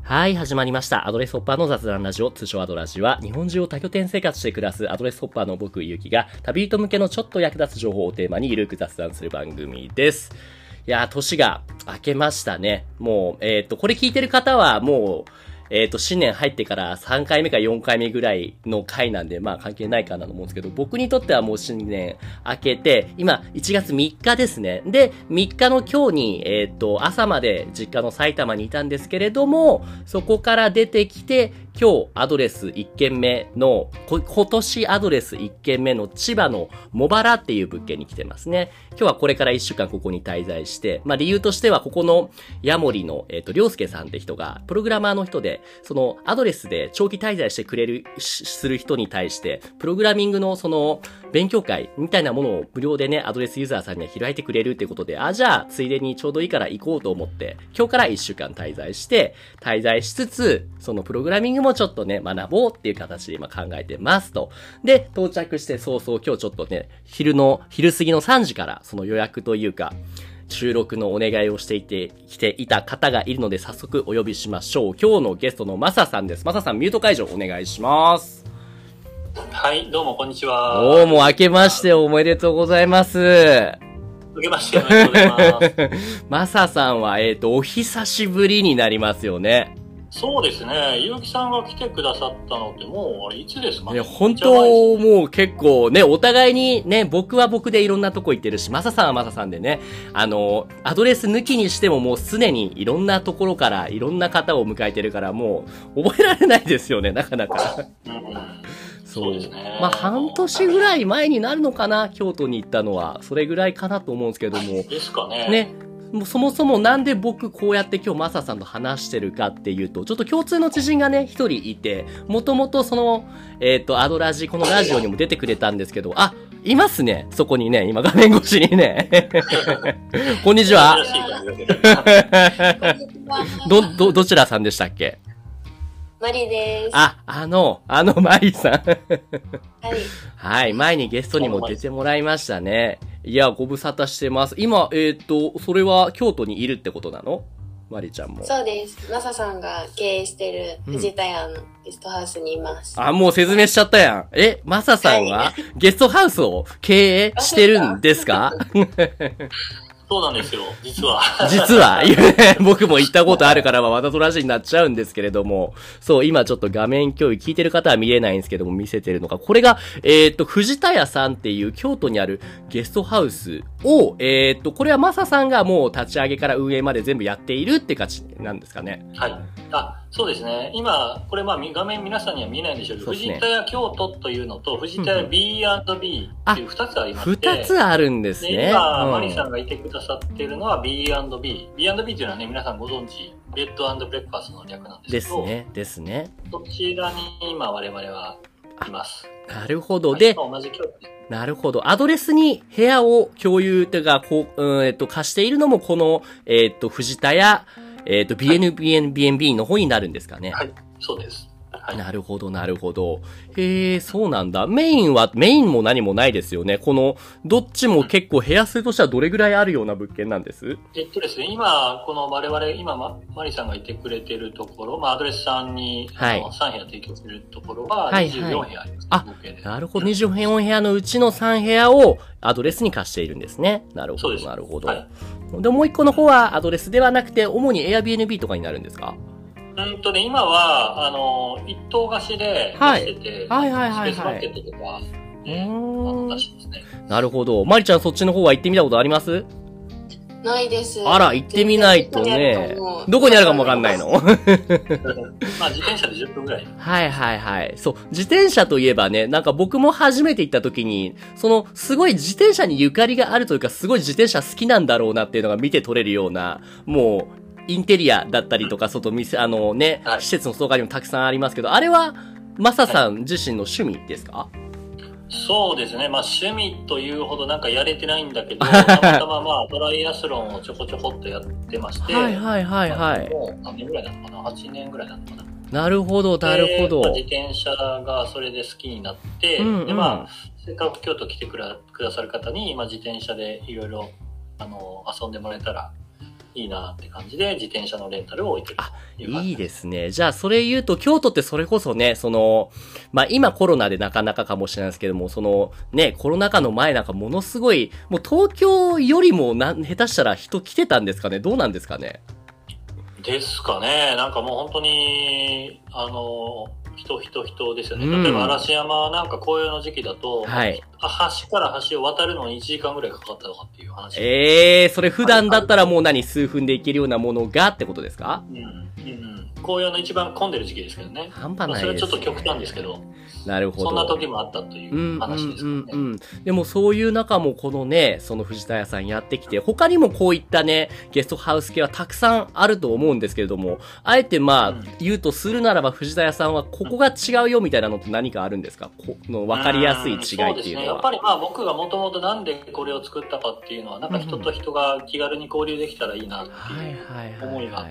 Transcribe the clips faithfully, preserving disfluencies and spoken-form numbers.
はい、始まりました。アドレスホッパーの雑談ラジオ、通称アドラジは、日本中を多拠点生活して暮らすアドレスホッパーの僕、ゆうきが、旅人向けのちょっと役立つ情報をテーマにゆるく雑談する番組です。いやー、年が明けましたね。もう、えっと、これ聞いてる方は、もう、えっと、新年入ってからさんかいめかよんかいめぐらいの回なんで、まあ関係ないかなと思うんですけど、僕にとってはもう新年明けて、今いちがつみっかですね。で、みっかの今日に、えっと、朝まで実家の埼玉にいたんですけれども、そこから出てきて、今日アドレスいっけんめの、こ今年アドレスいっけんめの千葉の茂原っていう物件に来てますね。今日はこれからいっしゅうかんここに滞在して、まあ理由としてはここのヤモリの、えっと、りょうすけさんって人が、プログラマーの人で、そのアドレスで長期滞在してくれる、する人に対して、プログラミングのその勉強会みたいなものを無料でね、アドレスユーザーさんには開いてくれるっていうことで、あ、じゃあ、ついでにちょうどいいから行こうと思って、今日からいっしゅうかん滞在して、滞在しつつ、そのプログラミングもちょっとね、学ぼうっていう形で今考えてますと。で、到着して早々今日ちょっとね、昼の、昼過ぎのさんじからその予約というか、収録のお願いをしていて、来ていた方がいるので早速お呼びしましょう。今日のゲストのマサさんです。マサさん、ミュート解除お願いします。 はい、どうもこんにちは。 おー、もう明けましておめでとうございます。 明けましておめでとうございます。 マサさんは、えっと、お久しぶりになりますよね。 そうですね。ゆうきさんが来てくださったのってもう、あれいつですかね。 いや、本当、もう結構ね、お互いにね、僕は僕でいろんなとこ行ってるし、マサさんはマサさんでね、あの、アドレス抜きにしてももうすでにいろんなところからいろんな方を迎えてるから、もう覚えられないですよね、なかなか。 うん、 そう。 そうですね。 まあ、半年ぐらい前になるのかな、京都に行ったのは。それぐらいかなと思うんですけども。 ですかね。 ね。もうそもそもなんで僕こうやって今日マサさんと話してるかっていうと、ちょっと共通の知人がね、一人いて、もともとその、えっと、アドラジ、このラジオにも出てくれたんですけど、あ、いますね。そこにね、今画面越しにね。こんにちは。ど、ど、どちらさんでしたっけ？ マリです。 あ、あの、あのマリさん。はい。 はい、前にゲストにも出てもらいましたね。いや、ご無沙汰してます。今、えっと、それは京都にいるってことなの？マリちゃんも。 そうです。マサさんが経営してる藤田屋のゲストハウスにいます。 うん、あ、もう説明しちゃったやん。え、マサさんはゲストハウスを経営してるんですか？ そうなんですよ、実は。 実は、僕も行ったことあるから、わざとらしになっちゃうんですけれども、そう、今ちょっと画面共有聞いてる方は見れないんですけども、見せてるのか。これが、えっと、藤田屋さんっていう京都にあるゲストハウスを、えっと、これはマサさんがもう立ち上げから運営まで全部やっているって感じなんですかね。 はい。あ、そうですね。今、これまあ画面皆さんには見えないんでしょうけど、ね、藤田屋京都というのと、藤田屋 ビーアンドビー っていう二つありまして。 二つあるんですね。 で今、うん、マリさんがいてくださってるのは ビーアンドビー。ビーアンドビー っていうのはね、皆さんご存知、ベッド&ブレックファーストの略なんですけど。 ですね、ですね。 そちらに今我々はいます。 なるほど。で、 同じ京都です。 なるほど。アドレスに部屋を共有というか、こう、うん、えっと、貸しているのもこの、えっと、藤田や、えっと、ビーエヌビーエヌビーエヌビー の方になるんですかね。 はい、そうです。はい、 なるほど、なるほど。へえ、そうなんだ。メインは、メインも何もないですよね。この、どっちも結構部屋数としてはどれぐらいあるような物件なんです？ えっとですね、今、この我々、今、ま、マリさんがいてくれてるところ、まあ、アドレスさんに、はい、あのさん部屋提供するところは、にじゅうよん部屋あります、ね。 はいはい、あ、なるほど。にじゅうよん部屋のうちのさん部屋をアドレスに貸しているんですね。なるほど、なるほど。はい、で、もう一個の方はアドレスではなくて、主に Airbnb とかになるんですか？ うんとね、今は、あの、一棟貸しで出してて、 はい、はいはいはいはい。 スペースマーケットとか、ね、あの出してますね。 なるほど。マリちゃんそっちの方は行ってみたことあります？ ないです。 あら、行ってみないとね。どこにあるかもわかんないの。 まあ、自転車でじゅっぷんぐらい。 はいはいはい。そう、自転車といえばね、なんか僕も初めて行った時に、その、すごい自転車にゆかりがあるというか、すごい自転車好きなんだろうなっていうのが見て取れるような、もう、インテリアだったりとか、外見せ、あのね、はい、施設の外側にもたくさんありますけど、あれは、マサさん自身の趣味ですか？ そうですね。まあ趣味というほどなんかやれてないんだけど、たまたままあトライアスロンをちょこちょこっとやってまして。 はいはいはいはい。 もう何年ぐらいなのかな ?はち 年ぐらいなのかな。 なるほど、なるほど。 まあ、自転車がそれで好きになって、うんうん、でまあ、せっかく京都来てくださる方に、まあ、自転車でいろいろあの遊んでもらえたらいいなって感じで、自転車のレンタルを置いてるという感じ。 いいですね。じゃあ、それ言うと、京都ってそれこそね、その、まあ、今コロナでなかなかかもしれないですけども、その、ね、コロナ禍の前なんかものすごい、もう東京よりもな、下手したら人来てたんですかね？どうなんですかね？ ですかね。なんかもう本当に、あの、人人人ですよね。 うん、 例えば嵐山なんか紅葉の時期だと、 はい、 橋から橋を渡るのにいちじかんぐらいかかったとかっていう話。 ええー、それ普段だったらもう何、数分で行けるようなものがってことですか？ うん、うん、うん。紅葉の一番混んでる時期ですけどね。 半端ないですね。 まあ、それはちょっと極端ですけど。 なるほど。 そんな時もあったという話ですからね。うんうんうんうん。 でもそういう中もこのね、その藤田屋さんやってきて、他にもこういったね、ゲストハウス系はたくさんあると思うんですけれども、あえてまあ、うん、言うとするならば藤田屋さんはここが違うよみたいなのって何かあるんですか？この分かりやすい違いっていうのは。そうですね。 やっぱりまあ僕がもともとなんでこれを作ったかっていうのは、なんか人と人が気軽に交流できたらいいなっていう思いがあって、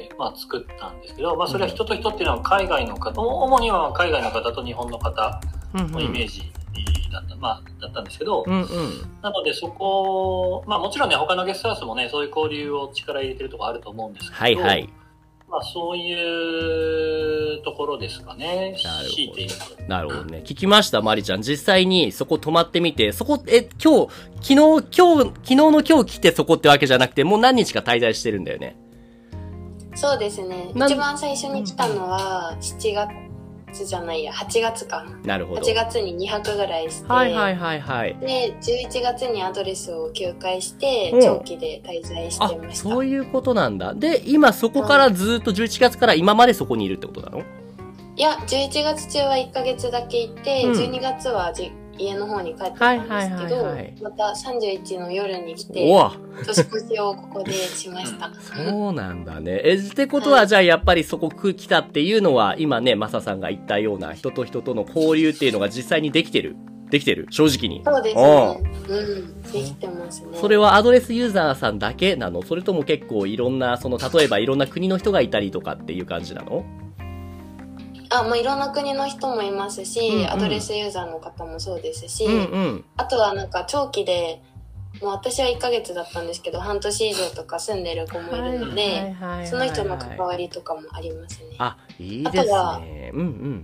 まあ作ったんですけど、まあそれは人と人っていうのは海外の方、主には海外の方と日本の方のイメージだった、まあ、だったんですけど、 うんうん、 なのでそこ、まあもちろんね、他のゲストハウスもね、そういう交流を力入れてるところあると思うんですけど、 はいはい。 まあそういうところですかね。強いて言うと。 なるほどね。聞きました、まりちゃん。実際にそこ泊まってみて、そこ、え、今日、昨日、今日、昨日の今日来てそこってわけじゃなくて、もう何日か滞在してるんだよね。 そうですね。一番最初に来たのはしちがつじゃないや、はちがつか。 なるほど。 はちがつににはくぐらいして、 はいはいはいはい。 で、じゅういちがつにアドレスを休会して、うん、長期で滞在してました。 そういうことなんだ。で、今そこからずっとじゅういちがつから今までそこにいるってことなの？ いや、じゅういちがつ中はいっかげつだけいて、うん、じゅうにがつはじ家の方に帰ってたんですけど、またさんじゅういちの夜に来て、年越しをここでしました。 そうなんだね。え、ってことは、はい、じゃあやっぱりそこ来たっていうのは、今ね、マサさんが言ったような人と人との交流っていうのが実際にできてるできてる正直に。 そうですね。うん。できてますね。 それはアドレスユーザーさんだけなの？それとも結構いろんな、その、例えばいろんな国の人がいたりとかっていう感じなの？ あ、まあ、いろんな国の人もいますし、うんうん、アドレスユーザーの方もそうですし、 うんうん、 あとはなんか長期で、もう私はいっかげつだったんですけど、半年以上とか住んでる子もいるので、その人の関わりとかもありますね。 あ、いいですね。あとは、 うんうん。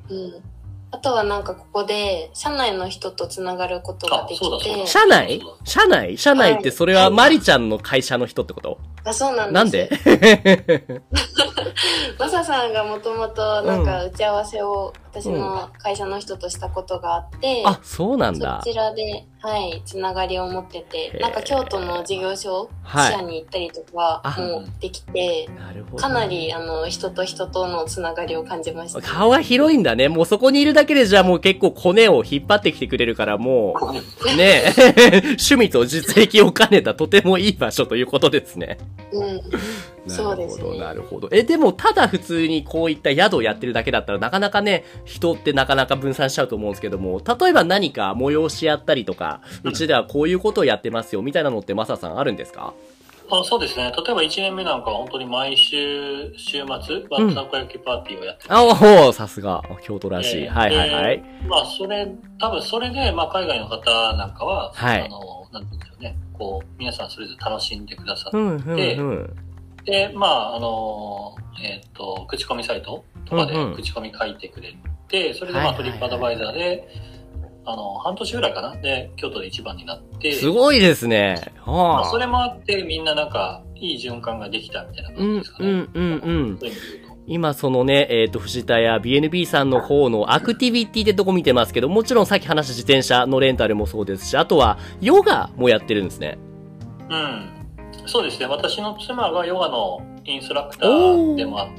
うんあとはなんかここで、社内の人とつながることができて。 社内社内社内ってそれはマリちゃんの会社の人ってこと？ あ、そうなんです。 なんでマサさんがもともとなんか打ち合わせを私の会社の人としたことがあって。 うん、あ、そうなんだ。 そちらで、はい、つながりを持ってて、なんか京都の事業所、視野に行ったりとかもできて、 なるほどかなりあの人と人とのつながりを感じました。 顔が広いんだね。もうそこにいるだけでじゃあもう結構コネを引っ張ってきてくれるからもう、ね趣味と実益を兼ねたとてもいい場所ということですね。 うん。そうですね。 なるほど。え、でもただ普通にこういった宿をやってるだけだったらなかなかね、人ってなかなか分散しちゃうと思うんですけども、例えば何か催しやったりとか、うちではこういうことをやってますよみたいなのってマサさんあるんですか？ あ、そうですね。例えばいちねんめなんかは本当に毎週、週末、バッタコ焼きパーティーをやってて、うん、 あ、おさすが、京都らしい。えー、はいはいはい。 まあ、それ、多分それで、まあ、海外の方なんかは、 はい、 あの、なんていうんでしょうね、こう、皆さんそれぞれ楽しんでくださって、 うんうんうん、 で、まあ、あの、えっ、ー、と、口コミサイトとかで口コミ書いてくれて、うんうん、それでまあ、トリップアドバイザーで、あの、半年ぐらいかなで、京都で一番になって。 すごいですね。はあ、 まあ、それもあって、みんななんか、いい循環ができたみたいな感じですかね。 うんうんうんうん。今そのね、えっ、ー、と、藤田や ビーエヌビー さんの方のアクティビティってとこ見てますけど、もちろんさっき話した自転車のレンタルもそうですし、あとは、ヨガもやってるんですね。 うん。そうですね。私の妻がヨガのインストラクターでもあって、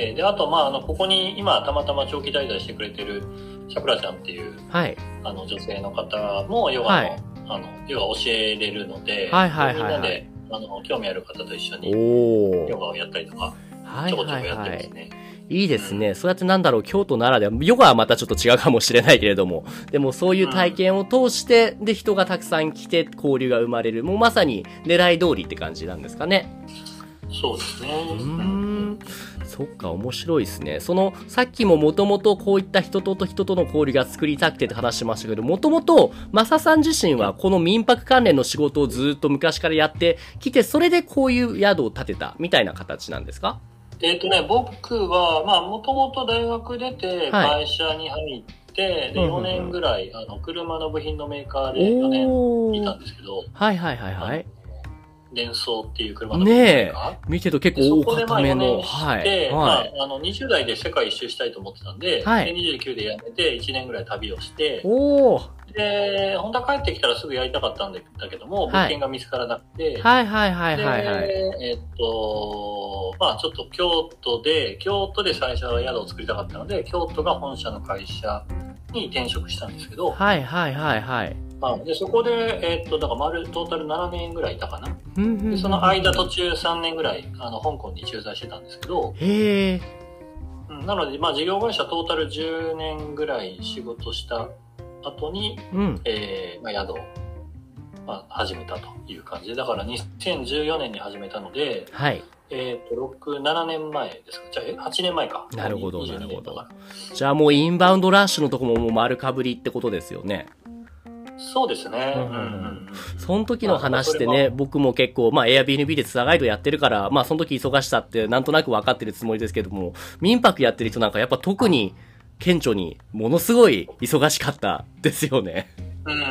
で、あと、まあ、あの、ここに今、たまたま長期滞在してくれてる、さくらちゃんっていう、 はい、 あの女性の方もヨガの、はい、あのヨガ教えれるので、 はいはいはいはい、 みんなであの興味ある方と一緒にヨガをやったりとか、ちょこちょこやってますね。はいはいはい、 いいですね、うん。そうやってなんだろう、京都ならでは、ヨガはまたちょっと違うかもしれないけれども、でもそういう体験を通して、うん、で、人がたくさん来て交流が生まれる、もうまさに狙い通りって感じなんですかね。 そうですね。 うーんそっか、面白いですね。その、さっきももともとこういった人と人との交流が作りたくてって話しましたけど、もともと、マサさん自身はこの民泊関連の仕事をずっと昔からやってきて、それでこういう宿を建てたみたいな形なんですか？ えっとね、僕は、まあ、もともと大学出て、会社に入って、はい、で、よねんぐらい、あの、車の部品のメーカーでよねんいたんですけど、 はいはいはいはい。 デンソーっていう車の部品メーカー。 ねえ、見てると結構大固めの。 はい。まあ、あの、にじゅう代で世界一周したいと思ってたんで、はい、でにじゅうきゅうで辞めていちねんぐらい旅をして、 おー。 で、本当は帰ってきたらすぐやりたかったんだけども、物件が見つからなくて、 はいはいはいはいはい。 えっと、まあちょっと京都で、京都で最初は宿を作りたかったので、京都が本社の会社に転職したんですけど、 はいはいはいはい。 まあ、でそこで、えっと、だから丸、トータルななねんぐらいいたかな。でその間途中さんねんぐらい、あの、香港に駐在してたんですけど、 へー。 うん、なので、まあ事業会社トータルじゅうねんぐらい仕事した後に、うん、えー、まあ、宿を、まあ、始めたという感じで、だからにせんじゅうよねんに始めたので、 はい。 えっと、ろく、ななねんまえですか。じゃあ、はちねんまえか。 なるほど、なるほど。じゃあもうインバウンドラッシュのとこももう丸かぶりってことですよね。 そうですね。うんうんうん。 その時の話ってね、僕も結構、まあ Airbnb でツアーガイドやってるから、まあその時忙しさってなんとなく分かってるつもりですけども、民泊やってる人なんかやっぱ特に顕著にものすごい忙しかったですよね。 うんうんうんうん。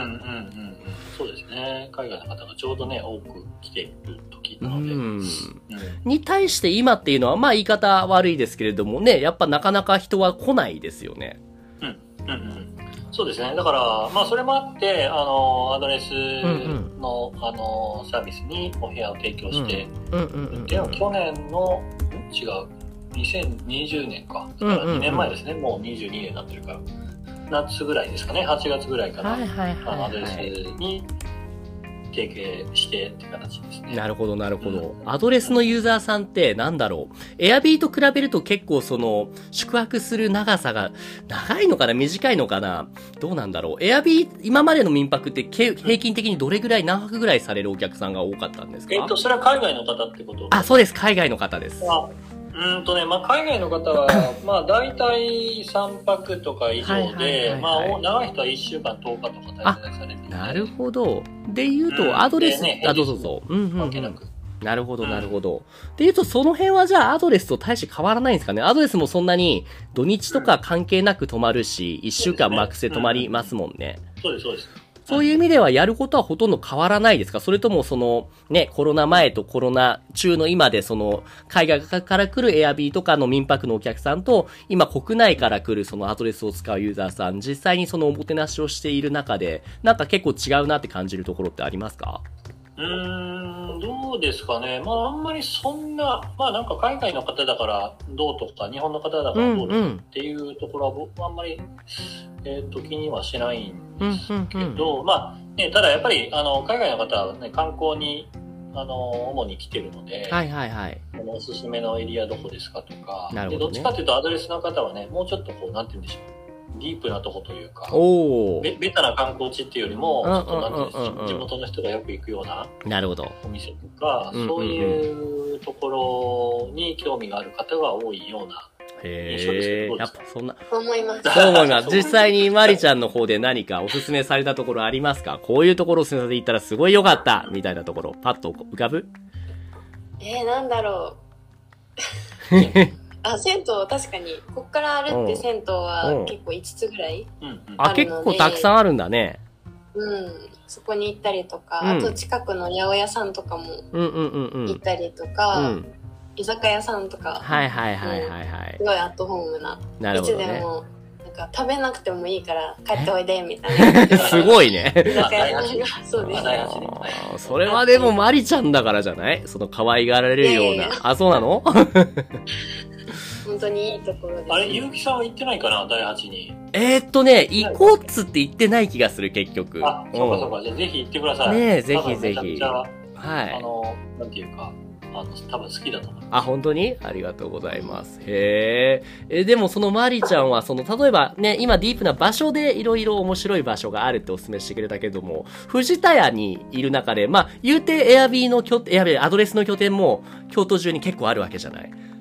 そうですね。海外の方がちょうどね、多く来ている時なので。うん、うん。 に対して今っていうのは、まあ言い方悪いですけれどもね、やっぱなかなか人は来ないですよね。 うん。うんうん。そうですね。だから、まあ、それもあって、あの、アドレスの、うんうん、あの、サービスにお部屋を提供していて、去年の、違う、にせんにじゅうねんか。だからにねんまえですね。うんうんうん、もうにじゅうにねんになってるから。夏ぐらいですかね。はちがつぐらいから、はいはいはいはい、あのアドレスに提携してって形ですね。 なるほど、なるほど。アドレスのユーザーさんってなんだろう。エアビーと比べると結構その、宿泊する長さが、長いのかな短いのかなどうなんだろう。エアビー、今までの民泊って平均的にどれぐらい、何泊ぐらいされるお客さんが多かったんですか？ えっと、それは海外の方ってこと？ あ、そうです。海外の方です。 あうんとね、まあ、海外の方は、まあ、大体さんぱくとか以上で、まあ、長い人はいっしゅうかん、とおかとか滞在されてる。 なるほど。で言うと、うん、アドレス、ね、あ、どうぞどうぞ。うんうん、うん。なるほど、なるほど。で言うと、その辺はじゃあ、アドレスと大して変わらないんですかね。アドレスもそんなに、土日とか関係なく泊まるし、いっしゅうかんマックスで泊まりますもんね。 そうです、そうです。 そういう意味ではやることはほとんど変わらないですか？それともそのね、コロナ前とコロナ中の今でその海外から来るエアビーとかの民泊のお客さんと今国内から来るそのアドレスを使うユーザーさん、実際にそのおもてなしをしている中でなんか結構違うなって感じるところってありますか？ うーん、どうですかね。まああんまりそんな、まあなんか海外の方だからどうとか、日本の方だからどうとかっていうところは僕はあんまり、えっと気にはしないんですけど、まあね、ただやっぱりあの海外の方はね、観光にあの主に来てるので、 はいはいはい。 このおすすめのエリアどこですかとか、 なるほどね、 でどっちかというとアドレスの方はね、もうちょっとこうなんて言うんでしょう。ディープなとこというか、 おベベタな観光地っていうよりも、ちょっとなんていうんですか、地元の人がよく行くような、 なるほど。 お店とか、そういうところに興味がある方が多いような印象ですけど、 やっぱそんな。 そう思います。 そう思います。実際にマリちゃんの方で何かおすすめされたところありますか？こういうところを進めていったらすごい良かったみたいなところ、パッと浮かぶ？ えー、なんだろう。あ、銭湯確かにこっから歩って銭湯は結構いつつぐらいあるので、 あ、結構たくさんあるんだね。 うん、そこに行ったりとか、うん、あと近くの八百屋さんとかも行ったりとか、うんうんうん、居酒屋さんとか、 はいはいはいはいはい、 すごいアットホームな、 なるほどね、 いつでもなんか食べなくてもいいから帰っておいでみたいな。 すごいね。 居酒屋さんがそうですね。 それはでもマリちゃんだからじゃない？その可愛がられるような。いやいやいや、あ、そうなの？ 本当にいいところです、ね。 あれ、ゆうきさんは行ってないかな、だいはちに。 えー、っとね、行こうっつって行ってない気がする、結局。 あ、そうかそうか。じゃあぜひ行ってください。 ねえ、ぜひぜひ。 めちゃくちゃ、 はい。 あの、なんていうか、あの、多分好きだと思います。 あ、本当に？ありがとうございます。へえ。え、でもそのマリちゃんは、その、例えばね、今ディープな場所でいろいろ面白い場所があるってお勧めしてくれたけども、藤田屋にいる中で、まあ、言うてエアビーの拠点、エアビー、アドレスの拠点も京都中に結構あるわけじゃない。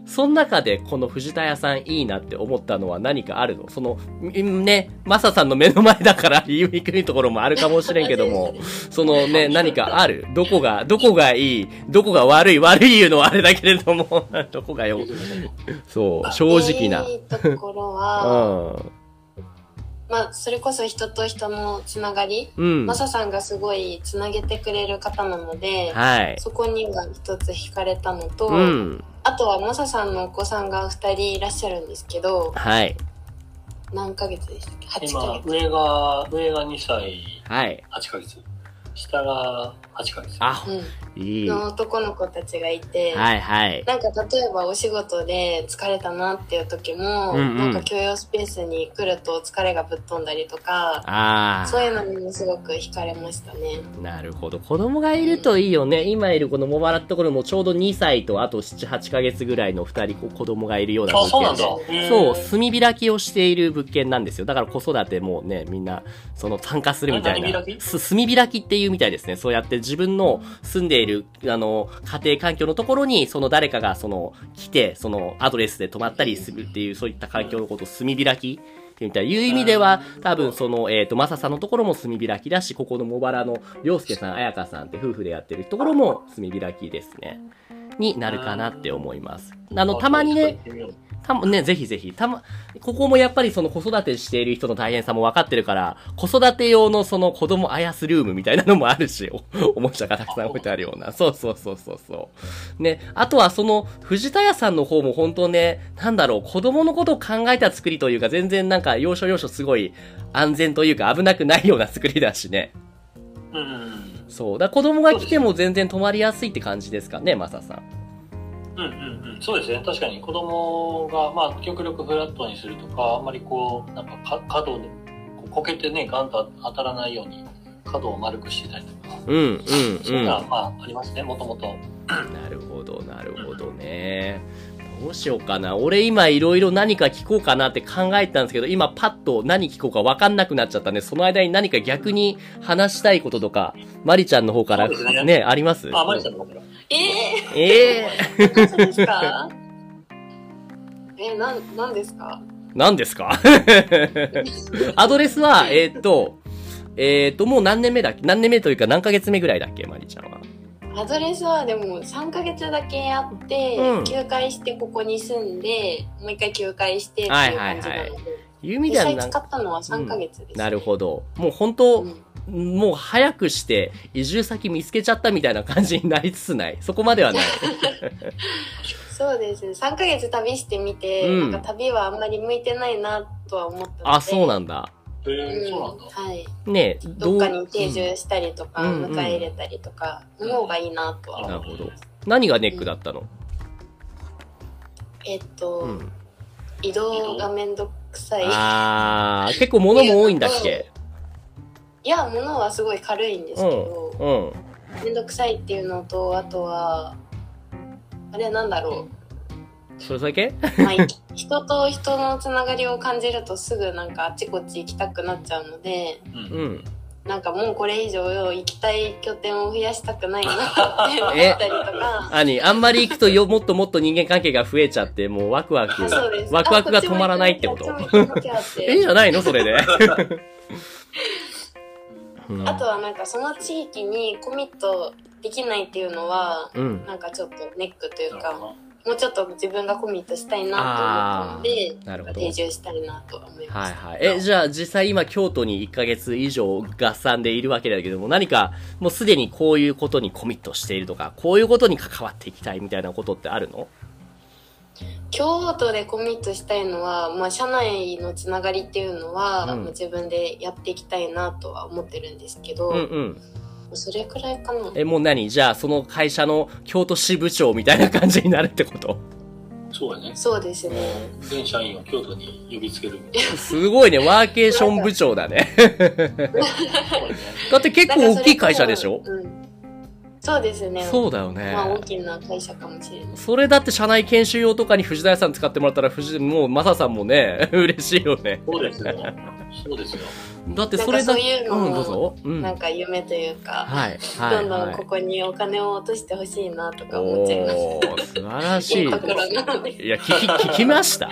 その中でこの藤田屋さんいいなって思ったのは何かあるの？その、ね、マサさんの目の前だから言いにくいところもあるかもしれんけども、そのね、何かある？どこが、どこがいい？どこが悪い？悪い言うのはあれだけれども、どこがよ、そう、正直な。 いいところは、うんまあ、それこそ人と人のつながり、うん、マサさんがすごいつなげてくれる方なので、はい、そこには一つ惹かれたのと、うん、あとはマサさんのお子さんがふたりいらっしゃるんですけど、はい、何ヶ月でしたっけ？はちかげつ。 今、上が、上がにさい、はい、はちかげつ。下がはちかげつ。 あ、 うん、いい。の男の子たちがいて、はいはい。なんか例えばお仕事で疲れたなっていう時も、うんうん、なんか共用スペースに来ると疲れがぶっ飛んだりとか、あそういうのにもすごく惹かれましたね。 なるほど。子供がいるといいよね。うん、今いるこの茂原ってところもちょうどにさいとあとなな、はちかげつぐらいのふたり子供がいるような物件で。あ、そうなんだ。そう、炭開きをしている物件なんですよ。だから子育てもね、みんな、その参加するみたいな。炭開き？炭開きっていうみたいですね。そうやって自分の住んでいる、あの、家庭環境のところに、その誰かが、その、来て、その、アドレスで泊まったりするっていう、そういった環境のことを炭開きってみたいいう意味では、多分その、えっと、マサさんのところも炭開きだし、ここの茂原の、りょうすけさん、あやかさんって夫婦でやってるところも炭開きですね。になるかなって思います。あの、たまにね、たま、ね、ぜひぜひ、たま、ここもやっぱりその子育てしている人の大変さも分かってるから、子育て用のその子供あやすルームみたいなのもあるし、お、おもちゃがたくさん置いてあるような。そうそうそうそうそう。ね、あとはその、藤田屋さんの方も本当ね、なんだろう、子供のことを考えた作りというか、全然なんか、要所要所すごい安全というか危なくないような作りだしね。うん。そう。だから子供が来ても全然泊まりやすいって感じですかね、マサさん。 うんうんうん、そうですね。確かに子供が、まあ、極力フラットにするとか、あんまりこう、なんかか角で、こけてね、ガンと当たらないように、角を丸くしてたりとか。うんうんうん。そういうのは、まあ、ありますね、もともと。 なるほど、なるほどね。どうしようかな。俺今いろいろ何か聞こうかなって考えたんですけど、今パッと何聞こうか分かんなくなっちゃったんで、その間に何か逆に話したいこととか、マリちゃんの方からね、ねあります？ あ、マリちゃんの方から。 えー、ええー、何ですか？え、なん、なんですか？ 何ですか？アドレスは、えー、っと、えー、っと、もう何年目だっけ？何年目というか何ヶ月目ぐらいだっけ、マリちゃんは。 アドレスはでもさんかげつだけやって、うん、休会してここに住んで、もう一回休会してっていう感じなので、はいはいはい、いう意味では実際使ったのはさんかげつです、ねうん。なるほど。もう本当、うん、もう早くして移住先見つけちゃったみたいな感じになりつつない。そこまではない。 そうですね。さんかげつ旅してみて、うん、なんか旅はあんまり向いてないなとは思ったので。 あ、そうなんだ。 へえ、そうなんだ。 はい。 ねえ、どっかに定住したりとか、うん、迎え入れたりとか、の方がいいなとは思います。なるほど。 何がネックだったの？うん、 えっと、うん、移動がめんどくさい。 あー、結構物も多いんだっけ？ いや、物はすごい軽いんですけど、うんうん、めんどくさいっていうのと、あとは、あれなんだろう。 それだけ？ まあ、人と人のつながりを感じるとすぐなんかあちこち行きたくなっちゃうので、うん、なんかもうこれ以上行きたい拠点を増やしたくないなって思ったりとか。 何あんまり行くとよもっともっと人間関係が増えちゃってもうワクワクワクワクが止まらないってこと？いいじゃないのそれで。 うん、あとはなんかその地域にコミットできないっていうのは、うん、なんかちょっとネックというか、もうちょっと自分がコミットしたいなと思ったので、定住したいなと思いました。 はいはい。え、じゃあ実際今京都にいっかげつ以上合算でいるわけだけども、何かもうすでにこういうことにコミットしているとか、こういうことに関わっていきたいみたいなことってあるの？ 京都でコミットしたいのは、まあ、社内のつながりっていうのは、うん、自分でやっていきたいなとは思ってるんですけど、うんうん、それくらいかな。 え、もう何？じゃあその会社の京都支部長みたいな感じになるってこと？ そうだね。 そうですね。 全社員を京都に呼びつけるみたいな。 すごいね、ワーケーション部長だね。だって結構大きい会社でしょ？うん、 そうですね。 そうだよね。 まあ大きな会社かもしれない。 それだって社内研修用とかに藤田屋さん使ってもらったら、藤もうマサさんもね、嬉しいよね。 そうですね。 そうですよ。 だってそれだそういうのも、 うん、どうぞ。 うん、なんか夢というか、 はい、はい、 どんどんここにお金を落としてほしいなとか思っちゃいます。おー、素晴らしい。 いいところなので。 いや、聞き、聞きました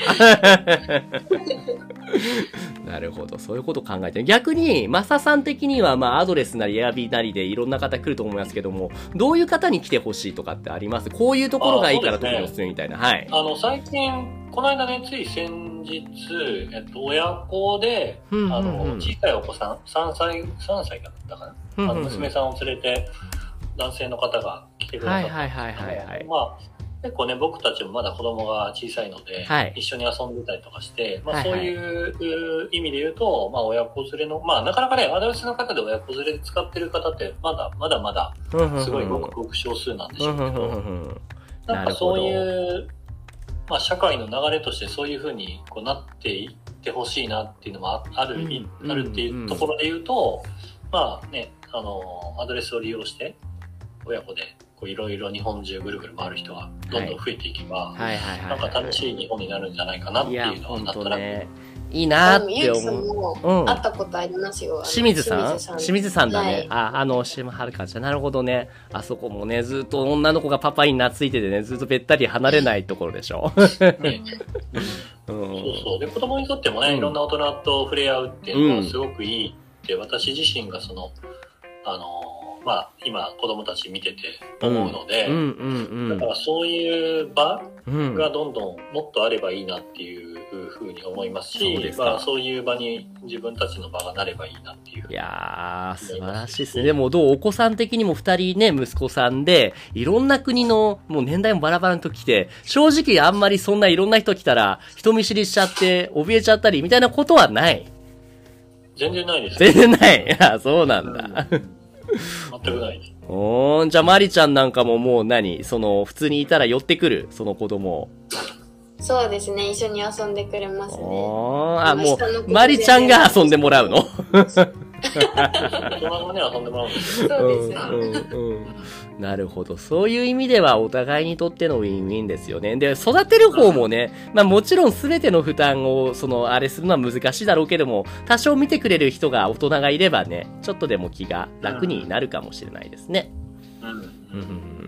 なるほど。そういうことを考えて。逆に、マサさん的には、まあ、アドレスなりエアビーなりでいろんな方来ると思いますけども、どういう方に来てほしいとかってあります？こういうところがいいから特におすすめみたいな。はい。 あの、最近、この間ね、つい先日、えっと、親子で、あの、小さいお子さん、さんさい、さんさいだったかな、あの娘さんを連れて、男性の方が来てくださった。はいはいはいはい、はい。まあ、結構ね、僕たちもまだ子供が小さいので、はい、一緒に遊んでたりとかして、まあそういう意味で言うと、まあ親子連れの、まあなかなかね、アドレスの方で親子連れで使ってる方って、まだまだまだ、すごいごくごく少数なんでしょうけど、なんかそういう、まあ社会の流れとしてそういうふうにこうなっていってほしいなっていうのもある、うん、あるっていうところで言うと、まあね、あの、アドレスを利用して、親子で、いろいろ日本中ぐるぐる回る人がどんどん増えていけば、なんか楽しい日本になるんじゃないかなっていうのはなんとなく、ね、 いいなーって思う。 うん、会ったことありますよ。 清水さん清水さんだね。はい、あ、あの、島はるかちゃん。なるほどね。あそこもね、ずっと女の子がパパに懐いててね、ずっとべったり離れないところでしょ。ね、 そうそう。で、子供にとってもね、いろんな大人と触れ合うっていうのはすごくいいって、私自身がその、あの、まあ、今子供たち見てて思うので、うんうんうんうん、だからそういう場がどんどんもっとあればいいなっていうふうに思いますし、うん、まあ、そういう場に自分たちの場がなればいいなっていうふうに。 いやー、素晴らしいですね。でもどうお子さん的にも二人ね、息子さんで、いろんな国の、もう年代もバラバラの時来て、正直あんまりそんないろんな人来たら、人見知りしちゃって、怯えちゃったりみたいなことはない？ 全然ないです。 全然ない。あ、そうなんだ。うん全くないです。 おー、じゃあマリちゃんなんかももう何その普通にいたら寄ってくるその子供。 そうですね、一緒に遊んでくれますね。 おー、あ、もうマリちゃんが遊んでもらうの？ 大人もね、遊んでもらうんですよ。 そうですね、うんうんうん。なるほど。そういう意味ではお互いにとってのウィンウィンですよね。で、育てる方もね、まあもちろん全ての負担を、その、あれするのは難しいだろうけども、多少見てくれる人が、大人がいればね、ちょっとでも気が楽になるかもしれないですね。 うん。うん、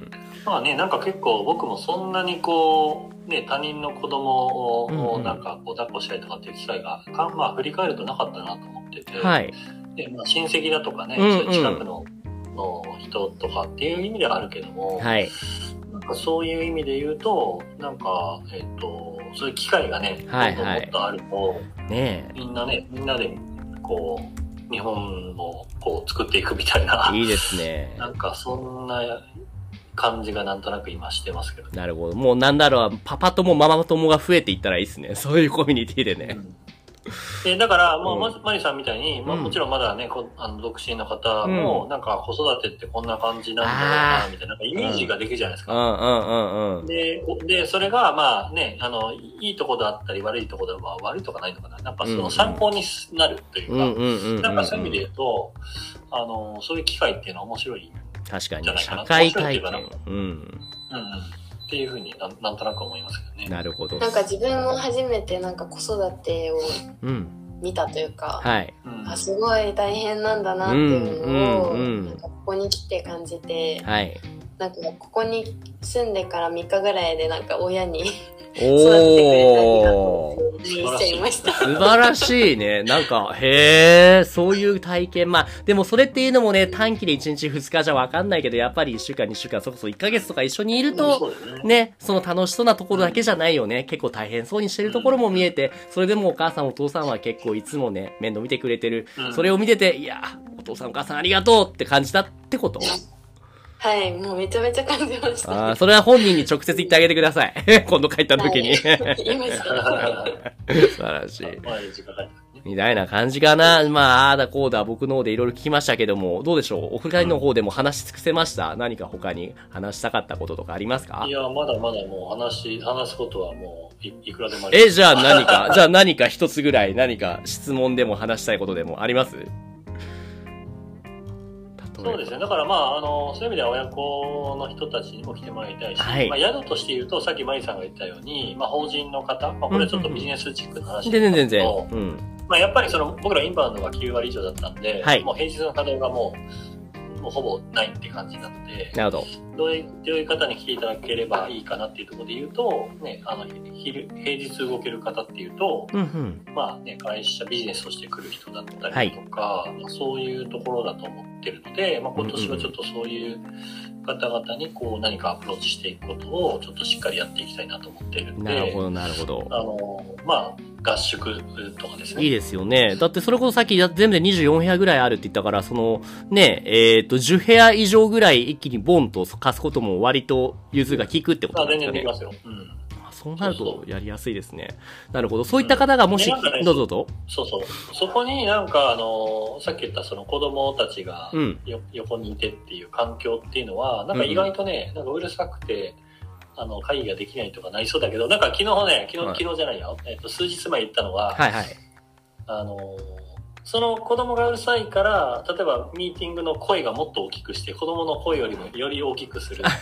まあね、なんか結構僕もそんなにこう、ね、他人の子供をなんかこう抱っこしたりとかっていう機会が、まあ振り返るとなかったなと思ってて、 はい。で、 まあ親戚だとかね、うんうん、そういう近くの、の人とかっていう意味ではあるけども、 はい、 なんかそういう意味で言うと、なんか、えっと、そういう機会がね、 はいはい、 もっとあると、 ね、 みんなね、みんなで、こう、日本をこう作っていくみたいな。 いいですね。 なんかそんな感じがなんとなく今してますけど、ね。 なるほど。もうなんだろう、パパ友、ママ友が増えていったらいいですね。そういうコミュニティでね。うんえだから、まあ、ま、マリさんみたいに、まあ、もちろんまだね、こあの独身の方も、なんか子育てってこんな感じなんだろうな、みたいな、なんかイメージができるじゃないですか。 うんうんうんうん。 で、で、それが、まあね、あの、いいとこだったり悪いとこでは、悪いとかないのかな。なんかその参考になるというか、なんかそういう意味で言うと、あの、そういう機会っていうのは面白いんじゃないかな。 確かに、社会体験。うん。 うん。っていうふうにな、なんとなく思いますけどね。 なるほど。 なんか自分も初めてなんか子育てを見たというか、 うん、はい、 あすごい大変なんだなっていうのを、うんうんうん、なんかここに来て感じて、 はい、 なんかここに住んでからみっかぐらいでなんか親に育ててくれたりしちゃいました。 素晴らしいね。なんか、へー、そういう体験。まあ、でもそれっていうのもね、短期でいちにちふつかじゃわかんないけど、やっぱりいっしゅうかん、にしゅうかん、そこそいっかげつとか一緒にいると、ね、ね、その楽しそうなところだけじゃないよね。結構大変そうにしてるところも見えて、それでもお母さんお父さんは結構いつもね、面倒見てくれてる。それを見てて、いや、お父さんお母さんありがとうって感じたってこと？ はい、もうめちゃめちゃ感じました、ね。 ああ、それは本人に直接言ってあげてください。今度帰った時に。 はい、言いました。 素晴らしい。みたいな感じかな。まあ、ああだこうだ僕の方でいろいろ聞きましたけども、どうでしょうお二人の方でも話し尽くせました、うん、何か他に話したかったこととかありますか？ いや、まだまだもう話、話すことはもうい、いくらでもあります。 え、じゃあ何か、じゃあ何か一つぐらい何か質問でも話したいことでもあります？ そうですね。だからまあ、あの、そういう意味では親子の人たちにも来てもらいたいし、はい、まあ宿として言うと、さっきマリさんが言ったように、まあ法人の方、まあこれちょっとビジネスチックの話ですけど、 全然全然。うん。 まあ、やっぱりその僕らインバウンドがきゅうわり以上だったんで、はい、もう平日の稼働がもう、もうほぼないって感じなので、 なるほど。 どういう、どういう方に来ていただければいいかなっていうところで言うと、ね、あの、昼、平日動ける方っていうと、うんうん、まあね、会社、ビジネスをしてくる人だったりとか、はい、そういうところだと思ってるので、まあ今年はちょっとそういう方々にこう何かアプローチしていくことをちょっとしっかりやっていきたいなと思っているので、 なるほど、なるほど。 あの、まあ、合宿とかですね。 いいですよね。だってそれこそさっき全部でにじゅうよんへやぐらいあるって言ったから、そのね、えっと、じゅうへや以上ぐらい一気にボンと貸すことも割と融通が効くってことですかね。 全然できますよ。うん。 そうなるとやりやすいですね。なるほど。そういった方がもし、うんね、どうぞどうぞ。 そうそう。そこになんかあの、さっき言ったその子供たちがよ、うん、横にいてっていう環境っていうのは、なんか意外とね、うん、なんかうるさくて、あの、会議ができないとかなりそうだけど、なんか昨日ね、昨日、はい、昨日じゃないよ。えっと、数日前言ったのは、はいはい。あの、その子供がうるさいから、例えばミーティングの声がもっと大きくして、子供の声よりもより大きくするから、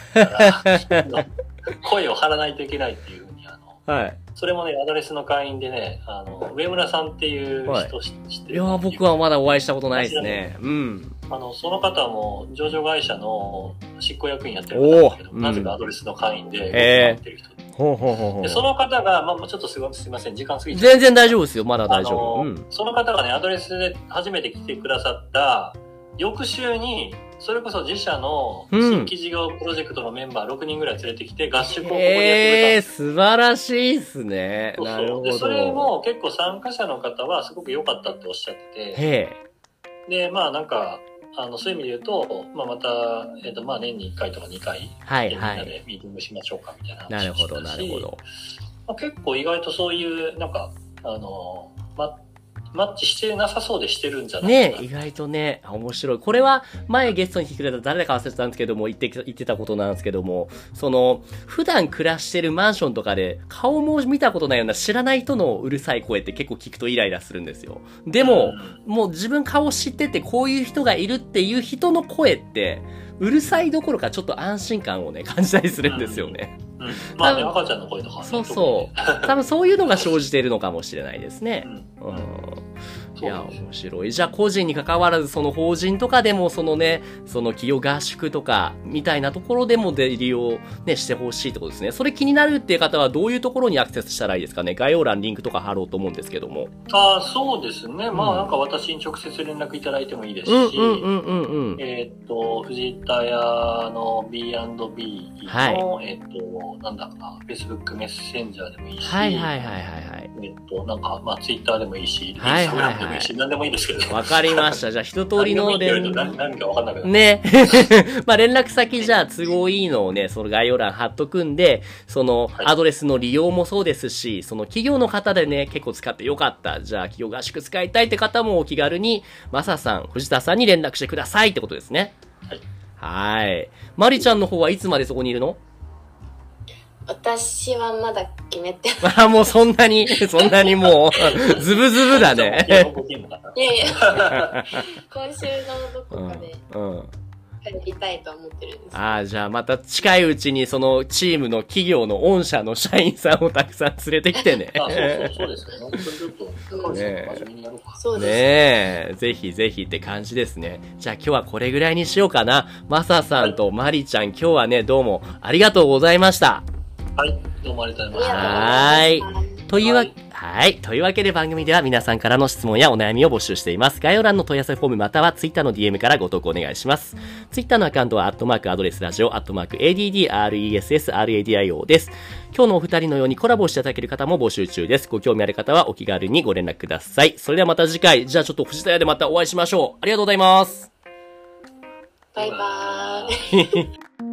声を張らないといけないっていうふうに、あの、はい。それもね、アドレスの会員でね、あの、上村さんっていう人、はい、知ってる？ いや、僕はまだお会いしたことないですね。うん。 あの、その方も上場会社の執行役員やってる方なんですけど、うん、なぜかアドレスの会員で、やってる人で。ほうほうほうほう。で、その方が、まあ、ちょっとすみません、時間過ぎちゃう。 全然大丈夫ですよ、まだ大丈夫。うん、 その方がね、アドレスで初めて来てくださった、翌週に、それこそ自社の新規事業プロジェクトのメンバーろくにんぐらい連れてきて、合宿をここでやってくれたんです。 えー、素晴らしいですね。 そうそう。 なるほど。 で、それも結構参加者の方はすごく良かったっておっしゃってて、へー。で、まあなんか、あの、そういう意味で言うと、まあ、また、えっと、まあ、年にいっかいとかにかい、はい、みんなでミーティングしましょうか、みたいな話をしたし。なるほど、なるほど。まあ、結構意外とそういう、なんか、あの、ま、マッチしてなさそうでしてるんじゃないかな。 ね、意外とね、面白い。これは前ゲストに来てくれた誰か忘れてたんですけども、言って、言ってたことなんですけども、その、普段暮らしてるマンションとかで、顔も見たことないような知らない人のうるさい声って結構聞くとイライラするんですよ。でも、うん、もう自分顔知っててこういう人がいるっていう人の声って、うるさいどころかちょっと安心感をね、感じたりするんですよね。 うんうん、まあね、赤ちゃんの声とか、ね、 そうそう。多分そういうのが生じているのかもしれないですね。うん、うんいや、面白い。じゃあ、個人に関わらず、その法人とかでも、そのね、その企業合宿とか、みたいなところでもで利用ね、してほしいってことですね。それ気になるっていう方は、どういうところにアクセスしたらいいですかね。概要欄リンクとか貼ろうと思うんですけども。 ああ、そうですね。まあ、うん、なんか私に直接連絡いただいてもいいですし、 うんうんうんうんうん、 えっ、ー、と、藤田屋の ビーアンドビー の、はい、えっ、ー、と、なんだかな、Facebook メッセンジャーでもいいし、 はいはいはいはいはい。 えっ、ー、と、なんか、まあ、Twitter でもいいし、はいはいはい、何でもいいですけど。 わかりました。じゃあ一通りの連絡。 何, 何かわかんなくなる。 ね。まあ連絡先じゃあ都合いいのをね、その概要欄貼っとくんで、そのアドレスの利用もそうですし、その企業の方でね、結構使ってよかった。じゃあ企業合宿使いたいって方もお気軽に、マサさん、藤田さんに連絡してくださいってことですね。はい。はい。マリちゃんの方はいつまでそこにいるの？ 私はまだ決めてない。 ああ、もうそんなに、そんなにもう、ズブズブだね。 いやいや、今週のどこかで、帰りたいと思ってるんです。 ああ、じゃあまた近いうちにそのチームの企業の御社の社員さんをたくさん連れてきてね。 あ、そうそう、そうですよね。それちょっと、ね真面目にやろうか。 そうですね。ねぜひぜひって感じですね。じゃあ今日はこれぐらいにしようかな。マサさんとマリちゃん、今日はね、どうもありがとうございました。 はい、どうもありがとうございました。 はい。というわけ、はい。というわけで番組では皆さんからの質問やお悩みを募集しています。概要欄の問い合わせフォームまたはツイッターの ディーエム からご投稿お願いします。ツイッターのアカウントはアットマークアドレスラジオ、アットマーク エーディーディーアールイーエスエスアールエーディーアイオー です。今日のお二人のようにコラボしていただける方も募集中です。ご興味ある方はお気軽にご連絡ください。それではまた次回、じゃあちょっと藤田屋でまたお会いしましょう。ありがとうございます。 バイバーイ。